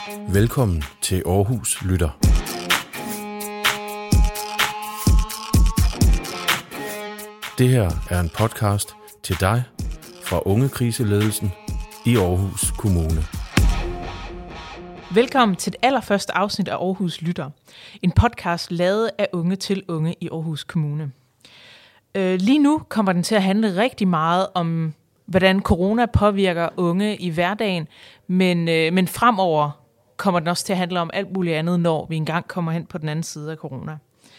Velkommen til Aarhus Lytter. Det her er en podcast til dig fra Ungekriseledelsen i Aarhus Kommune. Velkommen til det allerførste afsnit af Aarhus Lytter. En podcast lavet af unge til unge i Aarhus Kommune. Lige nu kommer den til at handle rigtig meget om, hvordan corona påvirker unge i hverdagen, men fremover kommer den også til at handle om alt muligt andet, når vi engang kommer hen på den anden side af corona.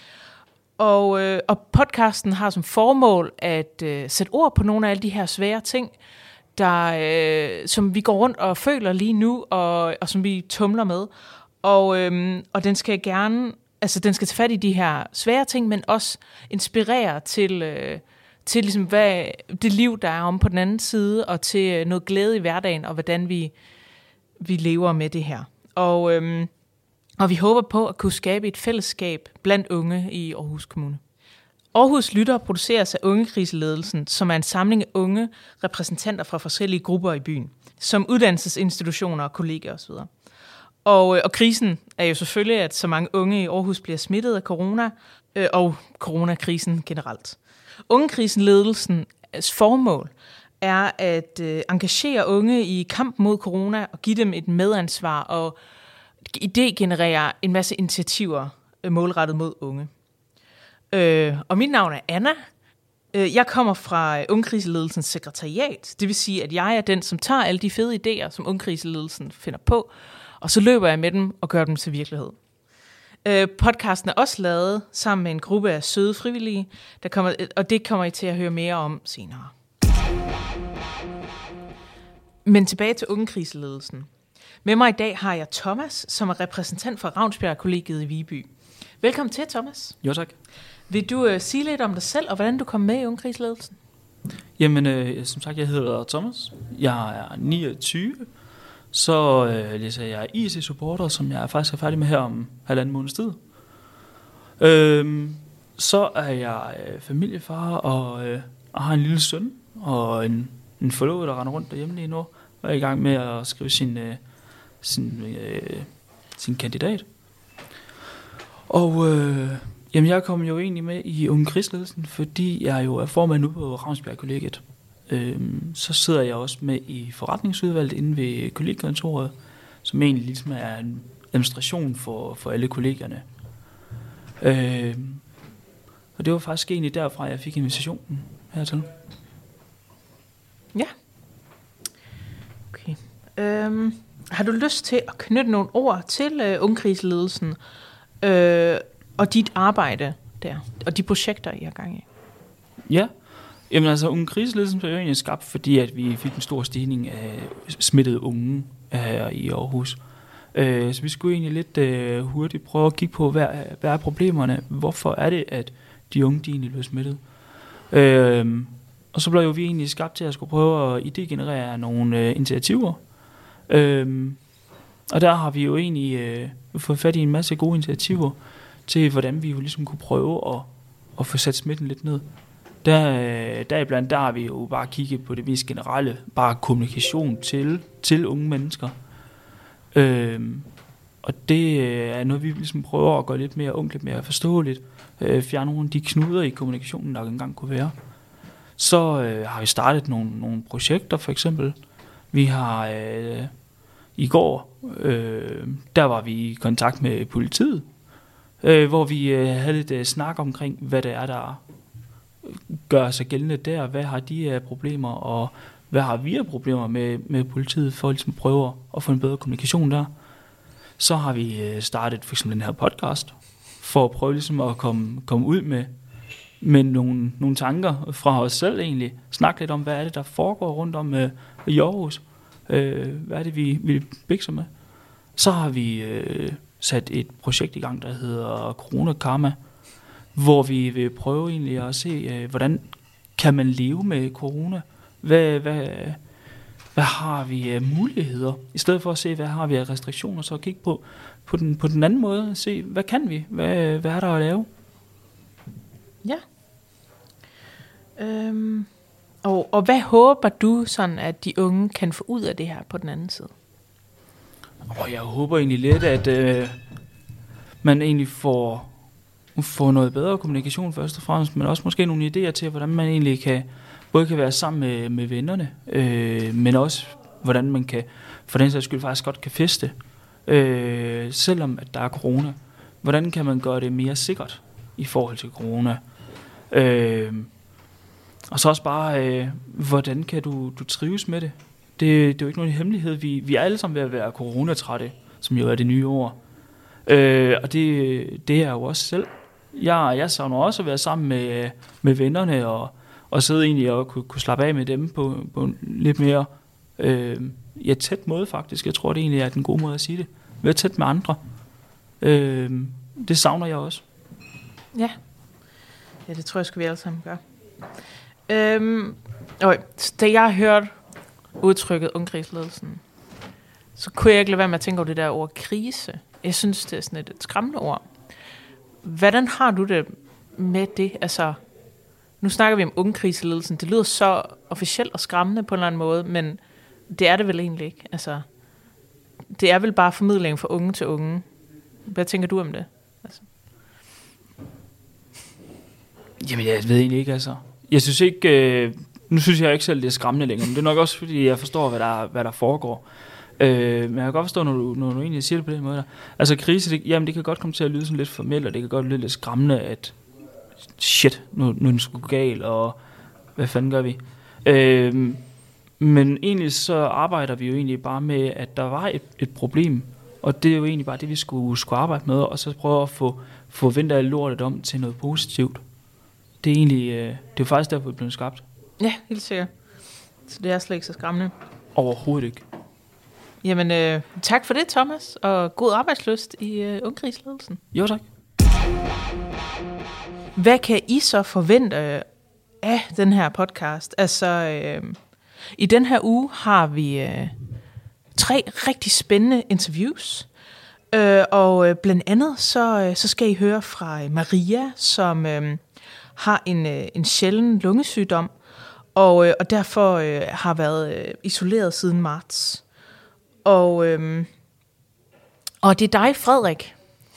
Og podcasten har som formål at sætte ord på nogle af alle de her svære ting, som vi går rundt og føler lige nu, og som vi tumler med. Og den skal gerne, den skal tage fat i de her svære ting, men også inspirere til ligesom, hvad det liv, der er om på den anden side, og til noget glæde i hverdagen, og hvordan vi lever med det her. Og vi håber på at kunne skabe et fællesskab blandt unge i Aarhus Kommune. Aarhus Lytter produceres af Ungekriseledelsen, som er en samling af unge repræsentanter fra forskellige grupper i byen, som uddannelsesinstitutioner og kollegaer osv. Og krisen er jo selvfølgelig, at så mange unge i Aarhus bliver smittet af corona, og coronakrisen generelt. Ungekriseledelsens formål er at engagere unge i kampen mod corona og give dem et medansvar og idégenerere en masse initiativer målrettet mod unge. Og mit navn er Anna. Jeg kommer fra Ungekriseledelsens sekretariat. Det vil sige, at jeg er den, som tager alle de fede idéer, som Ungekriseledelsen finder på, og så løber jeg med dem og gør dem til virkelighed. Podcasten er også lavet sammen med en gruppe af søde frivillige, og det kommer I til at høre mere om senere. Men tilbage til Ungekriseledelsen. Med mig i dag har jeg Thomas, som er repræsentant for Ravnsbjerg-kollegiet i Viby. Velkommen til, Thomas. Jo, tak. Vil du sige lidt om dig selv, og hvordan du kom med i Ungekriseledelsen? Jamen, som sagt, jeg hedder Thomas. Jeg er 29. Så læser jeg IT-supporter, som jeg faktisk er færdig med her om 1,5 måneds tid. Så er jeg familiefar og har en lille søn og en forlovet, der render rundt derhjemme lige nu. Og er i gang med at skrive sin kandidat. Og jamen, jeg kom jo egentlig med i Ungekriseledelsen, fordi jeg jo er formand nu på Ravnsbjerg-kollegiet. Så sidder jeg også med i forretningsudvalget inde ved kollegiekontoret, som egentlig ligesom er en administration for alle kollegierne. Og det var faktisk egentlig derfra, jeg fik invitationen hertil. Ja. Okay. Har du lyst til at knytte nogle ord til Ungekriseledelsen og dit arbejde der, og de projekter, I har gang i? Ja. Jamen altså, Ungekriseledelsen blev jo egentlig skabt, fordi at vi fik en stor stigning af smittede unge her i Aarhus. Så vi skulle egentlig lidt hurtigt prøve at kigge på, hvad er problemerne? Hvorfor er det, at de unge de egentlig blev smittet? Og så blev jo vi egentlig skabt til at skulle prøve at idégenerere nogle initiativer. Og der har vi jo egentlig fået fat i en masse gode initiativer til, hvordan vi jo ligesom kunne prøve at få sat smitten lidt ned. Der har vi jo bare kigget på det mest generelle, bare kommunikation til unge mennesker. Og det er noget, vi ligesom prøver at gøre lidt mere ungt, lidt mere forståeligt. Fjerne nogle af de knuder i kommunikationen, der engang kunne være. Så har vi startet nogle projekter, for eksempel. Vi har i går, der var vi i kontakt med politiet, hvor vi havde lidt snak omkring, hvad det er, der gør sig gældende der. Hvad har de af problemer, og hvad har vi af problemer med politiet, for at ligesom prøve at få en bedre kommunikation der. Så har vi startet for eksempel den her podcast, for at prøve ligesom at komme ud med nogle tanker fra os selv egentlig. Snakke lidt om, hvad er det, der foregår rundt om i Aarhus. Hvad er det, vi bikser med. Så har vi sat et projekt i gang, der hedder Corona Karma, hvor vi vil prøve egentlig at se, hvordan kan man leve med corona? Hvad har vi af muligheder? I stedet for at se, hvad har vi af restriktioner, så kigge på den anden måde. Se, hvad kan vi? Hvad er der at lave? Ja. Og hvad håber du sådan, at de unge kan få ud af det her på den anden side? Og jeg håber egentlig lidt, at man egentlig får noget bedre kommunikation først og fremmest, men også måske nogle idéer til, hvordan man egentlig kan være sammen med vennerne, men også hvordan man kan, for den sags skyld faktisk godt kan feste, selvom at der er corona. Hvordan kan man gøre det mere sikkert i forhold til corona? Og så også bare, hvordan kan du trives med det? Det er jo ikke nogen hemmelighed. Vi er alle sammen ved at være coronatrætte, som jo er det nye ord. Og det er jo også selv. Jeg savner også at være sammen med vennerne og sidde egentlig og kunne slappe af med dem på en lidt mere tæt måde faktisk. Jeg tror, det egentlig er den gode måde at sige det. Være tæt med andre. Det savner jeg også. Ja, det tror jeg sgu vi alle sammen gør. Da jeg hørte udtrykket ungkrigsledelsen, så kunne jeg ikke lade være med at tænke over det der ord krise. Jeg synes, det er sådan et skræmmende ord. Hvordan har du det med det? Altså, nu snakker vi om ungkrigsledelsen. Det lyder så officielt og skræmmende på en eller anden måde, men det er det vel egentlig ikke. Altså, det er vel bare formidling fra unge til unge. Hvad tænker du om det? Altså. Jamen, jeg ved egentlig ikke, altså. Jeg synes ikke, nu synes jeg ikke selv, det er skræmmende længere, men det er nok også, fordi jeg forstår, hvad der foregår. Men jeg kan godt forstå, når du egentlig siger det på den måde der. Altså krise, det kan godt komme til at lyde sådan lidt formelt, og det kan godt lyde lidt skræmmende, at shit, nu er den sgu gal, og hvad fanden gør vi? Men egentlig så arbejder vi jo egentlig bare med, at der var et problem, og det er jo egentlig bare det, vi skulle arbejde med, og så prøve at få vendt af lortet om til noget positivt. Det er egentlig, det er jo faktisk derfor, vi er blevet skabt. Ja, helt sikkert. Så det er slet ikke så skræmmende. Overhovedet ikke. Jamen, tak for det, Thomas, og god arbejdslyst i ungkrigsledelsen. Jo, tak. Hvad kan I så forvente af den her podcast? Altså, i den her uge har vi 3 rigtig spændende interviews, og blandt andet så skal I høre fra Maria, som har en sjælden lungesygdom, og derfor har været isoleret siden marts. Og det er dig, Frederik,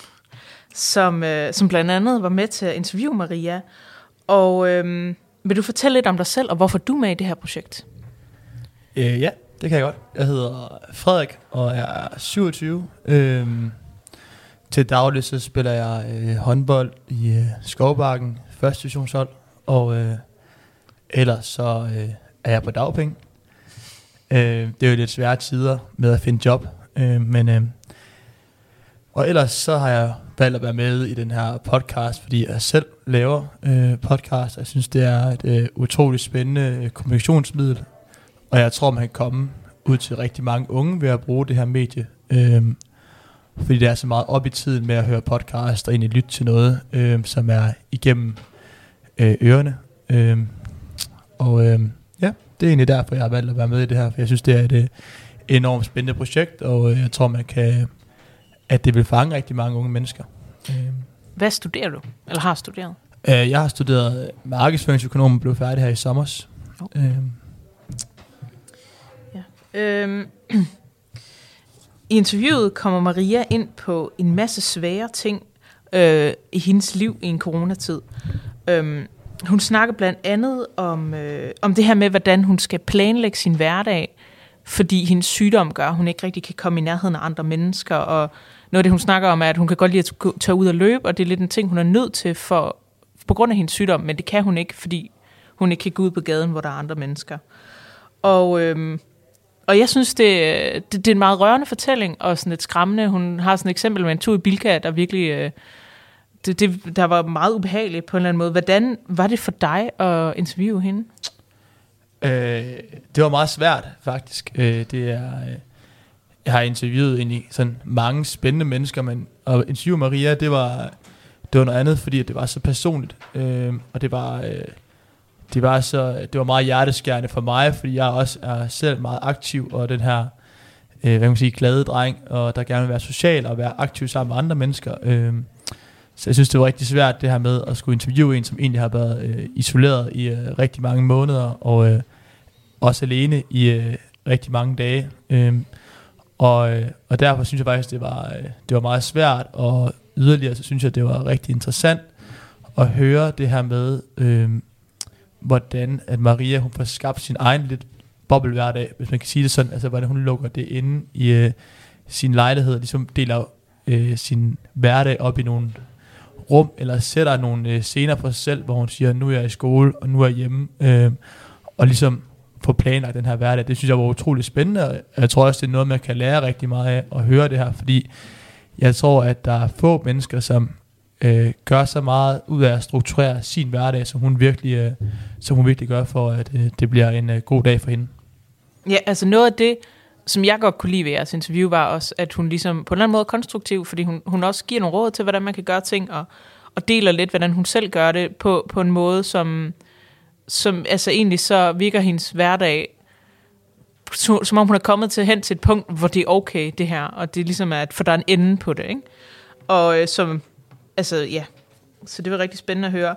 som blandt andet var med til at interviewe Maria. Og vil du fortælle lidt om dig selv, og hvorfor du er med i det her projekt? Ja, det kan jeg godt. Jeg hedder Frederik, og jeg er 27. Til daglig så spiller jeg håndbold i Skovbakken, 1. divisionshold, og ellers så er jeg på dagpenge. Det er jo lidt svære tider med at finde job, og ellers så har jeg valgt at være med i den her podcast, fordi jeg selv laver podcast. Jeg synes, det er et utroligt spændende kommunikationsmiddel, og jeg tror, man kan komme ud til rigtig mange unge ved at bruge det her medie, fordi det er så meget op i tiden med at høre podcast og egentlig lytte til noget, som er igennem ørerne. Ja, det er egentlig derfor, jeg har valgt at være med i det her, for jeg synes, det er et enormt spændende projekt, og jeg tror, at det vil fange rigtig mange unge mennesker. Hvad studerer du, eller har studeret? Jeg har studeret markedsføringsøkonom og blev færdig her i sommers. I interviewet kommer Maria ind på en masse svære ting i hendes liv i en coronatid. Hun snakker blandt andet om det her med, hvordan hun skal planlægge sin hverdag, fordi hendes sygdom gør, at hun ikke rigtig kan komme i nærheden af andre mennesker. Og noget af det, hun snakker om, er, at hun kan godt lide at tage ud og løbe, og det er lidt en ting, hun er nødt til på grund af hendes sygdom, men det kan hun ikke, fordi hun ikke kan gå ud på gaden, hvor der er andre mennesker. Og jeg synes, det er en meget rørende fortælling, og sådan et skræmmende. Hun har sådan et eksempel med en tur i Bilka, der virkelig der var meget ubehageligt på en eller anden måde. Hvordan var det for dig at interviewe hende? Det var meget svært, faktisk. Jeg har interviewet egentlig sådan mange spændende mennesker, men at interviewe Maria, det var noget andet, fordi det var så personligt. Og det var meget hjerteskærende for mig, fordi jeg også er selv meget aktiv, og den her glade dreng, og der gerne vil være social og være aktiv sammen med andre mennesker. Så jeg synes, det var rigtig svært det her med at skulle interviewe en, som egentlig har været isoleret i rigtig mange måneder, og også alene i rigtig mange dage. Og derfor synes jeg faktisk, det var meget svært, og yderligere så synes jeg, det var rigtig interessant at høre det her med, hvordan at Maria, hun får skabt sin egen lidt boblehverdag, hvis man kan sige det sådan, altså hvordan hun lukker det inde i sin lejlighed, ligesom deler sin hverdag op i nogle rum, eller sætter nogle scener på sig selv, hvor hun siger, nu er jeg i skole, og nu er jeg hjemme, og ligesom få planlagt den her hverdag. Det synes jeg var utroligt spændende, og jeg tror også, det er noget, man kan lære rigtig meget af at høre det her, fordi jeg tror, at der er få mennesker, som gør så meget ud af at strukturere sin hverdag, som hun virkelig gør, for at det bliver en god dag for hende. Ja, altså noget af det, som jeg godt kunne lide ved jeres interview, var også, at hun ligesom på en eller anden måde er konstruktiv, fordi hun også giver nogle råd til, hvordan man kan gøre ting, og deler lidt, hvordan hun selv gør det, på en måde, som altså egentlig så virker hendes hverdag, som om hun er kommet hen til et punkt, hvor det er okay, det her, og det ligesom er, for der er en ende på det, ikke? Og altså ja, så det var rigtig spændende at høre.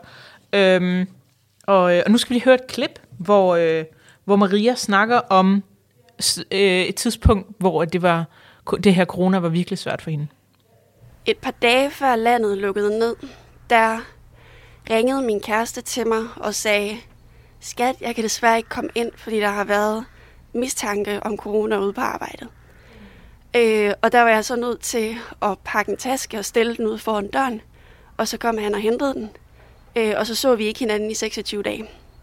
Og nu skal vi lige høre et klip, hvor Maria snakker om et tidspunkt, hvor det her corona var virkelig svært for hende. Et par dage før landet lukkede ned, der ringede min kæreste til mig og sagde, skat, jeg kan desværre ikke komme ind, fordi der har været mistanke om corona ude på arbejdet. Og der var jeg så nødt til at pakke en taske og stille den ud foran døren, og så kom han og hentede den. Og så vi ikke hinanden i 26 dage.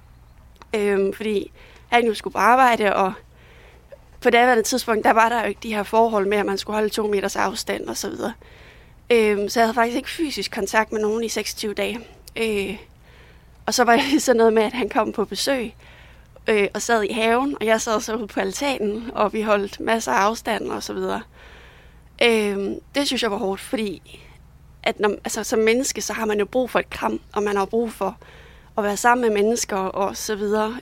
Fordi han jo skulle på arbejde, og på daværende tidspunkt, der var der jo ikke de her forhold med, at man skulle holde 2 meters afstand og så videre. Så jeg havde faktisk ikke fysisk kontakt med nogen i 26 dage. Og så var det sådan noget med, at han kom på besøg og sad i haven, og jeg sad så ude på altanen, og vi holdt masser af afstand og så videre. Det synes jeg var hårdt, fordi at som menneske, så har man jo brug for et kram, og man har brug for at være sammen med mennesker og så videre.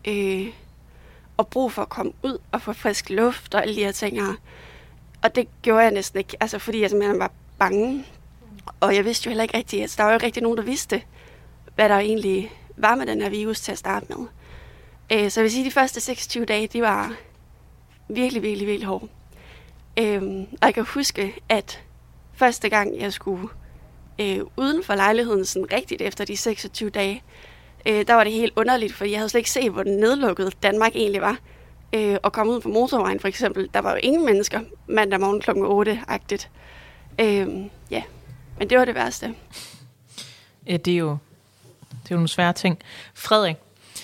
Og brug for at komme ud og få frisk luft og alle de her ting her. Og det gjorde jeg næsten ikke, altså fordi jeg simpelthen var bange. Og jeg vidste jo heller ikke rigtigt, altså der var jo ikke rigtig nogen, der vidste, hvad der egentlig var med den her virus til at starte med. Så jeg vil sige, at de første 26 dage, de var virkelig, virkelig, virkelig hårde. Og jeg kan huske, at første gang jeg skulle uden for lejligheden sådan rigtigt efter de 26 dage, der var det helt underligt, fordi jeg havde slet ikke set, hvor nedlukket Danmark egentlig var. Og komme ud på motorvejen for eksempel, der var jo ingen mennesker mandag morgen kl. 8-agtigt. Ja, men det var det værste. Ja, det er jo nogle svære ting. Frederik,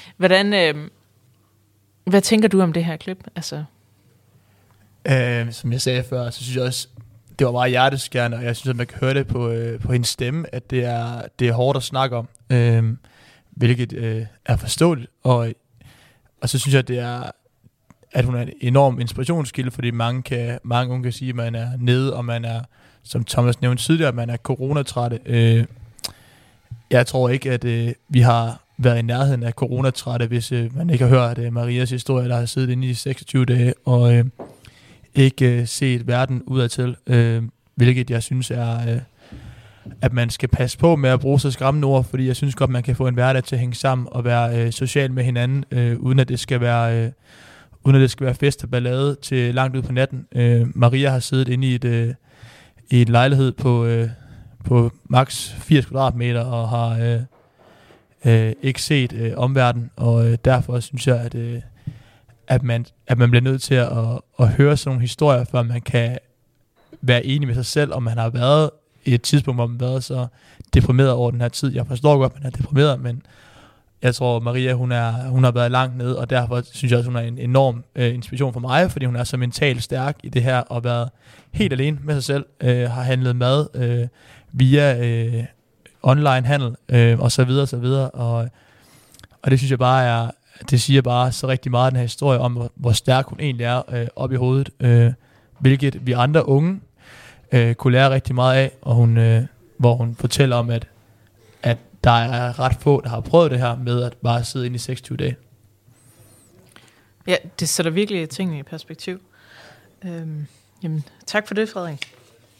hvad tænker du om det her klip? Altså som jeg sagde før, så synes jeg også, det var meget hjerteskærende, og jeg synes, at man kan høre det på hendes stemme, at det er hårdt at snakke om, hvilket er forståeligt, og så synes jeg, at hun er en enorm inspirationskilde, fordi mange unge kan sige, at man er nede, og man er, som Thomas nævnte tidligere, at man er coronatrætte. Jeg tror ikke, at vi har været i nærheden af coronatrætte, hvis man ikke har hørt Marias historie, der har siddet inde i 26 dage, og ikke set verden udadtil, hvilket jeg synes er, at man skal passe på med at bruge så skræmmende ord, fordi jeg synes godt, man kan få en hverdag til at hænge sammen og være social med hinanden, uden at det skal være fest og ballade til langt ud på natten. Maria har siddet inde i en lejlighed på maks 80 kvadratmeter og har ikke set omverdenen, og derfor synes jeg, at man bliver nødt til at høre sådan nogle historier, før man kan være enig med sig selv, om man har været i et tidspunkt, hvor man har været så deprimeret over den her tid. Jeg forstår godt, at man er deprimeret, men jeg tror, Maria, hun har været langt nede, og derfor synes jeg også, hun er en enorm inspiration for mig, fordi hun er så mentalt stærk i det her, og været helt alene med sig selv, har handlet mad via online handel, og så videre, så videre, og det synes jeg bare det siger bare så rigtig meget, den her historie om, hvor stærk hun egentlig er op i hovedet, hvilket vi andre unge kunne lære rigtig meget af, og hvor hun fortæller om, at der er ret få, der har prøvet det her med at bare sidde inde i 26 dage. Ja, det sætter virkelig tingene i perspektiv. Jamen, tak for det, Frederik.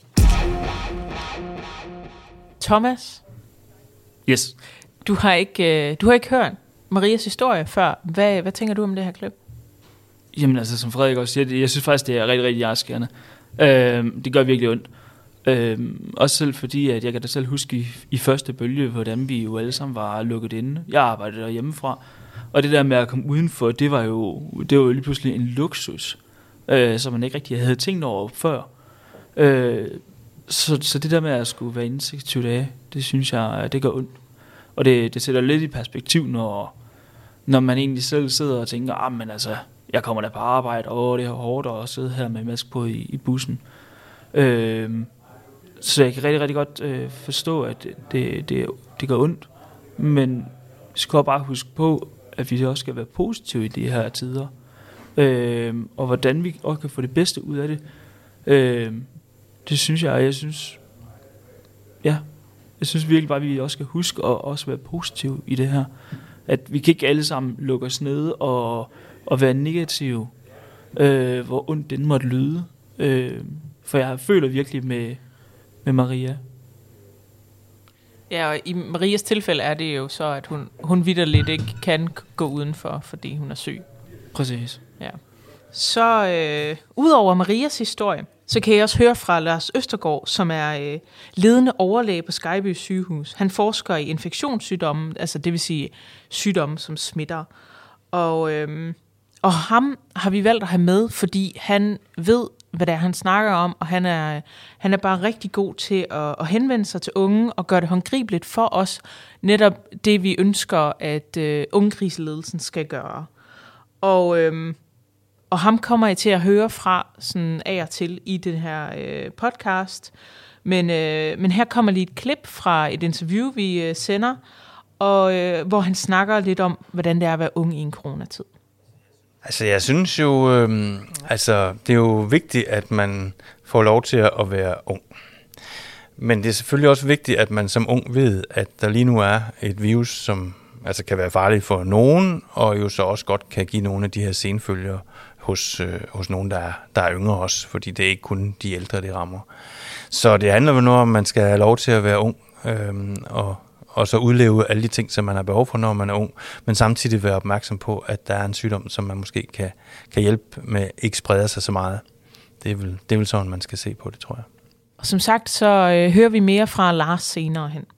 Thomas? Yes. Du har ikke hørt Marias historie før. Hvad tænker du om det her klip? Jamen altså, som Frederik også siger, jeg synes faktisk, det er rigtig, rigtig hjerteskærende. Det gør virkelig ondt. Også selv fordi, at jeg kan da selv huske i første bølge, hvordan vi jo alle sammen var lukket inde. Jeg arbejdede der hjemmefra, og det der med at komme udenfor, det var jo lige pludselig en luksus, som man ikke rigtig havde tænkt over før. Så det der med at skulle være inde 26 dage, det synes jeg, det gør ondt. Og det sætter lidt i perspektiv, når man egentlig selv sidder og tænker, men altså, jeg kommer da på arbejde, og det er hårdt at sidde her med maske på i bussen. Så jeg kan rigtig, rigtig godt forstå, at det gør ondt. Men vi skal bare huske på, at vi også skal være positive i de her tider. Og hvordan vi også kan få det bedste ud af det. Det synes jeg synes virkelig bare, at vi også skal huske at også være positive i det her. At vi kan ikke alle sammen lukke os ned og være negative, hvor ondt den måtte lyde. For jeg føler virkelig med Maria. Ja, og i Marias tilfælde er det jo så, at hun vitterligt ikke kan gå udenfor, fordi hun er syg. Præcis. Ja. Så udover Marias historie, så kan jeg også høre fra Lars Østergaard, som er ledende overlæge på Skejby Sygehus. Han forsker i infektionssygdomme, altså det vil sige sygdomme, som smitter. Og ham har vi valgt at have med, fordi han ved, hvad det er, han snakker om, og han er bare rigtig god til at henvende sig til unge og gøre det håndgribeligt for os, netop det, vi ønsker, at ungekriseledelsen skal gøre. Og ham kommer jeg til at høre fra sådan af og til i den her podcast. Men her kommer lige et klip fra et interview, vi sender, og hvor han snakker lidt om, hvordan det er at være ung i en coronatid. Altså, jeg synes jo, det er jo vigtigt, at man får lov til at være ung. Men det er selvfølgelig også vigtigt, at man som ung ved, at der lige nu er et virus, som altså kan være farligt for nogen, og jo så også godt kan give nogle af de her senfølger hos nogen, der er yngre også, fordi det er ikke kun de ældre, det rammer. Så det handler jo noget om, at man skal have lov til at være ung, og så udleve alle de ting, som man har behov for, når man er ung, men samtidig være opmærksom på, at der er en sygdom, som man måske kan hjælpe med, ikke spreder sig så meget. Det er vel sådan, man skal se på det, tror jeg. Og som sagt, så hører vi mere fra Lars senere hen.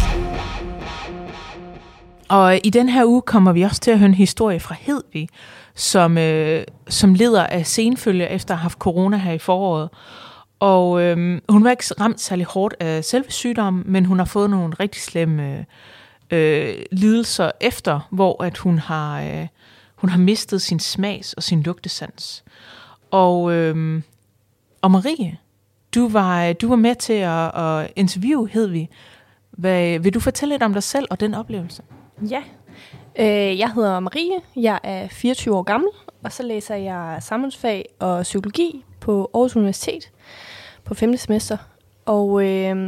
Og i den her uge kommer vi også til at høre en historie fra Hedvig, som lider af senfølger efter at have haft corona her i foråret. Og hun var ikke ramt særlig hårdt af selve sygdommen, men hun har fået nogle rigtig slemme lidelser efter, hvor at hun har mistet sin smags- og sin lugtesans. Og Marie, du var med til at interviewe Hedvig. Vil du fortælle lidt om dig selv og den oplevelse? Ja, jeg hedder Marie, jeg er 24 år gammel, og så læser jeg samfundsfag og psykologi på Aarhus Universitet på 5. semester. Og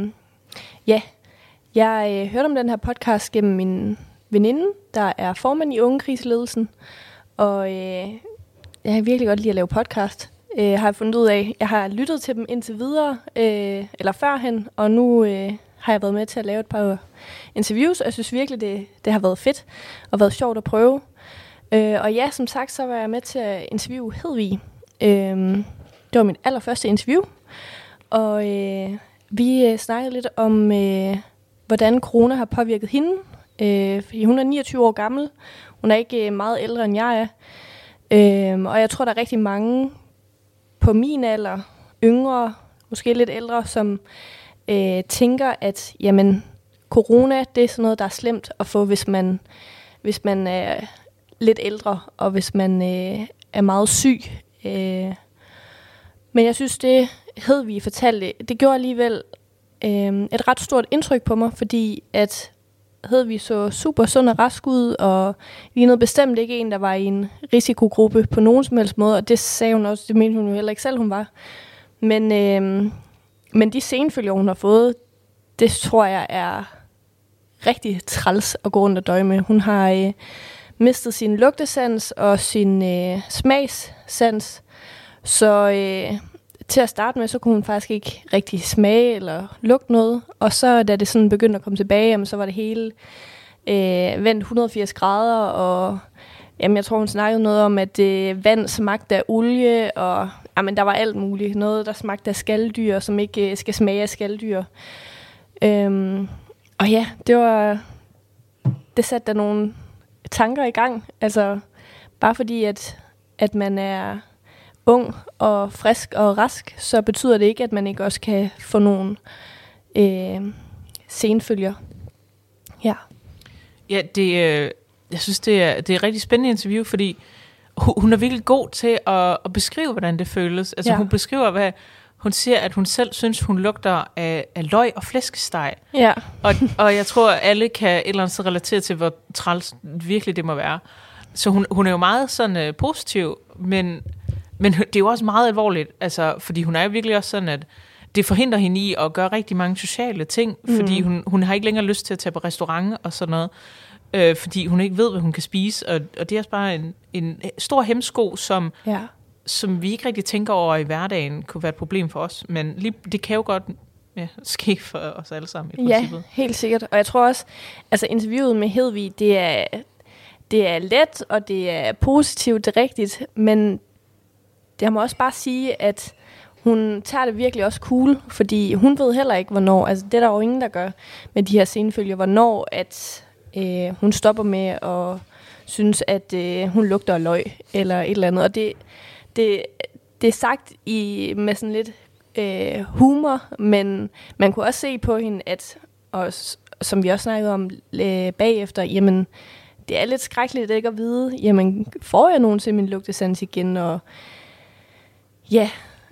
jeg hørte om den her podcast gennem min veninde, der er formand i ungekriseledelsen, og jeg har virkelig godt lide at lave podcast. Har jeg fundet ud af. Jeg har lyttet til dem indtil videre, eller førhen, og nu har jeg været med til at lave et par interviews, og jeg synes virkelig, det har været fedt og været sjovt at prøve. Og ja, som sagt, så var jeg med til at interviewe Hedvig. Det var mit allerførste interview, og vi snakkede lidt om, hvordan corona har påvirket hende. Fordi hun er 29 år gammel. Hun er ikke meget ældre, end jeg er. Og jeg tror, der er rigtig mange på min alder, yngre, måske lidt ældre, som tænker, at jamen, corona, det er sådan noget, der er slemt at få, hvis man er lidt ældre, og hvis man er meget syg. Men jeg synes, det Hedvig fortalte, det gjorde alligevel et ret stort indtryk på mig, fordi at Hedvig så super sund og rask ud, og lignede bestemt ikke en, der var i en risikogruppe på nogen som helst måde, og det sagde hun også, det mente hun jo heller ikke selv, hun var. Men de senfølger, hun har fået, det tror jeg er rigtig træls at gå rundt og døje med. Hun har mistet sin lugtesans og sin smagssans, så til at starte med, så kunne hun faktisk ikke rigtig smage eller lugte noget. Og så da det sådan begyndte at komme tilbage, jamen, så var det hele vendt 180 grader. Og jamen, jeg tror, hun snakkede noget om, at vand smagte af olie. Og Jamen, der var alt muligt. Noget, der smagte af skaldyr, som ikke skal smage af skaldyr. Og ja, det satte der nogle tanker i gang. Altså, bare fordi, at man er ung og frisk og rask, så betyder det ikke, at man ikke også kan få nogle senfølger. Ja. Ja, jeg synes, det er et rigtig spændende interview, fordi hun er virkelig god til at beskrive, hvordan det føles. Altså, hun beskriver, hvad hun siger, at hun selv synes, hun lugter af løg og flæskesteg. Ja. Og jeg tror, alle kan et eller andet sted relatere til, hvor træls virkelig det må være. Så hun er jo meget sådan positiv, men det er jo også meget alvorligt, altså, fordi hun er jo virkelig også sådan, at det forhindrer hende i at gøre rigtig mange sociale ting, fordi hun har ikke længere lyst til at tage på restaurant og sådan noget, fordi hun ikke ved, hvad hun kan spise, og det er også bare en stor hemsko, som vi ikke rigtig tænker over i hverdagen, kunne være et problem for os, men det kan jo godt ske for os alle sammen i princippet. Ja, helt sikkert, og jeg tror også, altså interviewet med Hedvig, det er let, og det er positivt, det er rigtigt, men jeg må også bare sige, at hun tager det virkelig også cool, fordi hun ved heller ikke, hvornår, altså det er der jo ingen, der gør med de her senfølger, hvornår at hun stopper med at synes, at hun lugter af løg, eller et eller andet. Og det er sagt med sådan lidt humor, men man kunne også se på hende, at, og som vi også snakkede om bagefter, jamen, det er lidt skrækkeligt ikke at vide, jamen, får jeg nogensinde min lugtesans igen, og ja,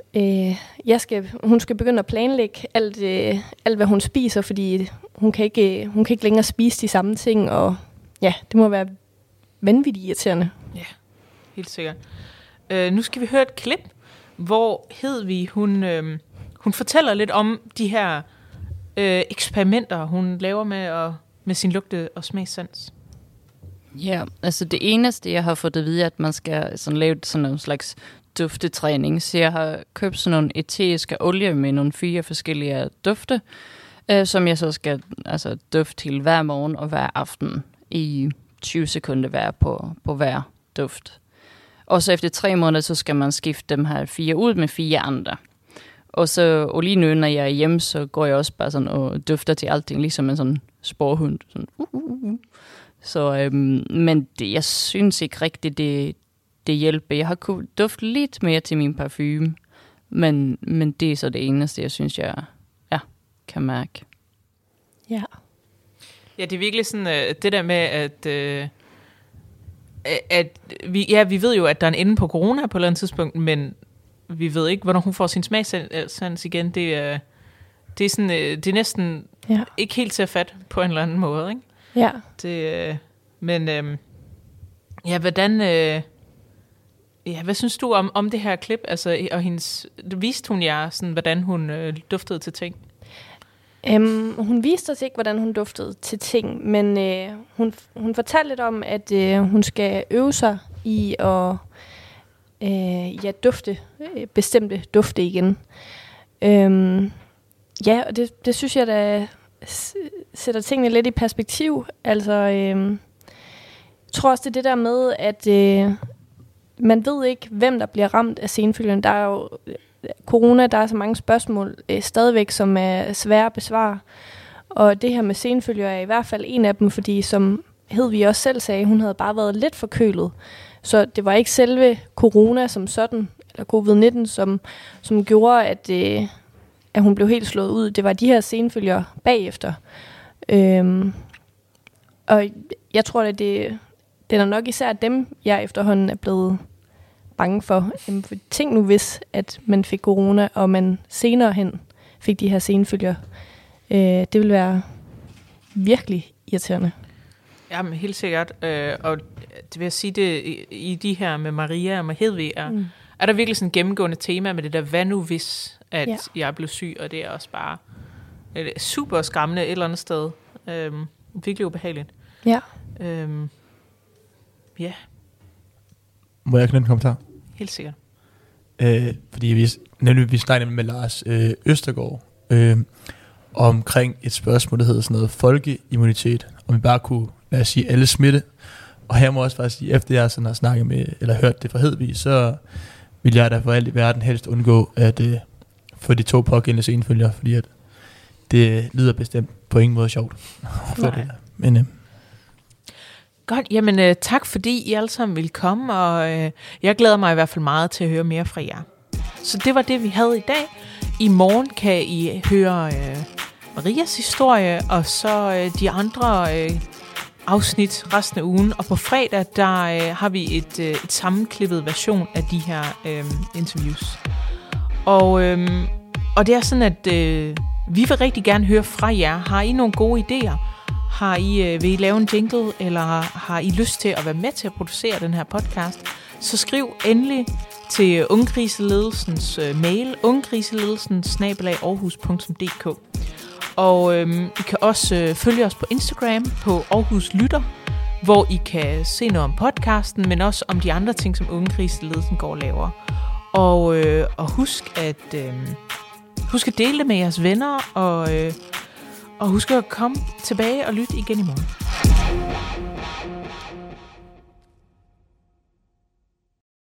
hun skal begynde at planlægge alt hvad hun spiser, fordi hun kan ikke længere spise de samme ting, og ja, det må være vanvittigt irriterende. Ja, helt sikkert. Nu skal vi høre et klip, hvor Hedvig, hun fortæller lidt om de her eksperimenter, hun laver med sin lugte- og smagssans. Ja, altså det eneste, jeg har fået at vide, at man skal sådan lave sådan en slags duftetræning. Så jeg har købt sådan nogle eteriske olie med nogle 4 forskellige dufte, som jeg så skal dufte til hver morgen og hver aften i 20 sekunder hver på hver duft. Og så efter 3 måneder, så skal man skifte dem her 4 ud med 4 andre. Og lige nu, når jeg er hjemme, så går jeg også bare sådan og dufter til alting, ligesom en sådan sporhund. Sådan, Så, men jeg synes ikke rigtigt, det hjælper. Jeg har kunnet dufte lidt mere til min parfume, men det er så det eneste, jeg synes, jeg kan mærke. Ja. Ja, det er virkelig sådan det der med, at vi ved jo, at der er en ende på corona på et eller andet tidspunkt, men vi ved ikke, hvornår hun får sin smagssans igen. Det er sådan, det er næsten ikke helt til at fatte på en eller anden måde, ikke? Ja. Hvad synes du om det her klip? Altså, og viste hun jer, sådan, hvordan hun duftede til ting? Hun viste os ikke, hvordan hun duftede til ting, men hun fortalte lidt om, at hun skal øve sig i at dufte bestemte dufte igen. Ja, og det synes jeg, der sætter tingene lidt i perspektiv. Altså, jeg tror også, det er det der med, at man ved ikke, hvem der bliver ramt af senfølgerne. Der er jo corona, der er så mange spørgsmål stadigvæk, som er svære at besvare. Og det her med senfølger er i hvert fald en af dem, fordi som Hedvig også selv sagde, hun havde bare været lidt forkølet. Så det var ikke selve corona som sådan, eller covid-19, som gjorde, at hun blev helt slået ud. Det var de her senfølger bagefter. Og jeg tror, at det er nok især dem, jeg efterhånden er blevet bange for. For tænk nu hvis, at man fik corona, og man senere hen fik de her senfølger. Det ville være virkelig irriterende. Jamen, helt sikkert. Og det vil jeg sige, det i de her med Maria og med Hedvig, er der virkelig sådan et gennemgående tema med det der, hvad nu hvis, at jeg blev syg, og det er også bare super skræmmende et eller andet sted. Virkelig ubehageligt. Ja. Ja. Må jeg knytte en kommentar? Helt sikkert. Fordi vi snakkede med Lars Østergaard omkring et spørgsmål, der hedder sådan noget folkeimmunitet, om vi bare kunne, lad os sige, alle smitte. Og her må jeg også faktisk sige, efter jeg sådan har snakket med, eller hørt det fra Hedvig, så vil jeg da for alt i verden helst undgå at få de 2 pågældende senfølger, fordi at det lyder bestemt på ingen måde sjovt. Men Godt, jamen tak fordi I alle sammen ville komme, og jeg glæder mig i hvert fald meget til at høre mere fra jer. Så det var det, vi havde i dag. I morgen kan I høre Marias historie, og så de andre afsnit resten af ugen. Og på fredag, der har vi et sammenklippet version af de her interviews. Og det er sådan, at vi vil rigtig gerne høre fra jer. Har I nogle gode idéer? Vil I lave en jingle, eller har I lyst til at være med til at producere den her podcast? Så skriv endelig til ungekriseledelsens mail, ungekriseledelsen@aarhus.dk. Og I kan også følge os på Instagram på Aarhus Lytter, hvor I kan se noget om podcasten, men også om de andre ting, som Ungekriseledelsen går og laver. Og husk at dele det med jeres venner, og husk at komme tilbage og lytte igen i morgen.